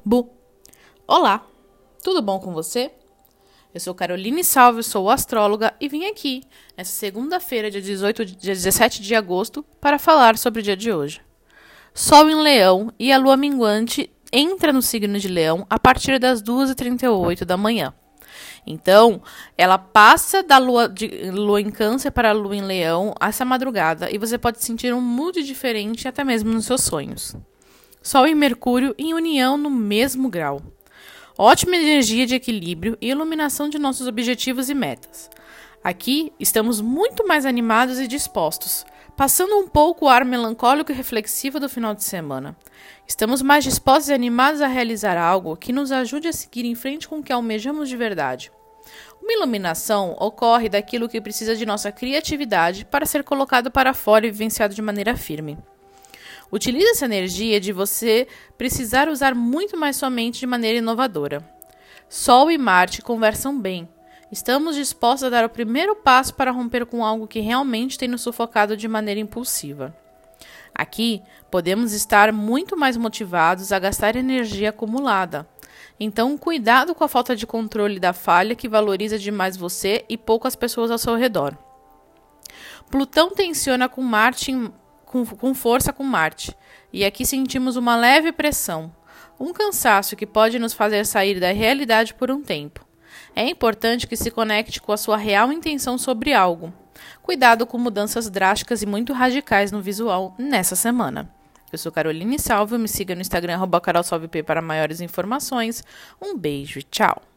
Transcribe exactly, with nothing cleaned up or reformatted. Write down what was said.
Bu. Olá, tudo bom com você? Eu sou Caroline Salve, sou astróloga e vim aqui, nessa segunda-feira, dia dezoito, dia dezessete de agosto, para falar sobre o dia de hoje. Sol em Leão e a lua minguante entra no signo de Leão a partir das duas e trinta e oito da manhã. Então, ela passa da lua, de, lua em Câncer para a lua em Leão essa madrugada e você pode sentir um mood diferente até mesmo nos seus sonhos. Sol e Mercúrio em união no mesmo grau. Ótima energia de equilíbrio e iluminação de nossos objetivos e metas. Aqui estamos muito mais animados e dispostos, passando um pouco o ar melancólico e reflexivo do final de semana. Estamos mais dispostos e animados a realizar algo que nos ajude a seguir em frente com o que almejamos de verdade. Uma iluminação ocorre daquilo que precisa de nossa criatividade para ser colocado para fora e vivenciado de maneira firme. Utilize essa energia de você precisar usar muito mais sua mente de maneira inovadora. Sol e Marte conversam bem. Estamos dispostos a dar o primeiro passo para romper com algo que realmente tem nos sufocado de maneira impulsiva. Aqui, podemos estar muito mais motivados a gastar energia acumulada. Então, cuidado com a falta de controle da falha que valoriza demais você e pouco as pessoas ao seu redor. Plutão tensiona com Marte em Com, com força com Marte, e aqui sentimos uma leve pressão, um cansaço que pode nos fazer sair da realidade por um tempo. É importante que se conecte com a sua real intenção sobre algo. Cuidado com mudanças drásticas e muito radicais no visual nessa semana. Eu sou Caroline Salve, me siga no Instagram arroba carolsalvep para maiores informações. Um beijo e tchau!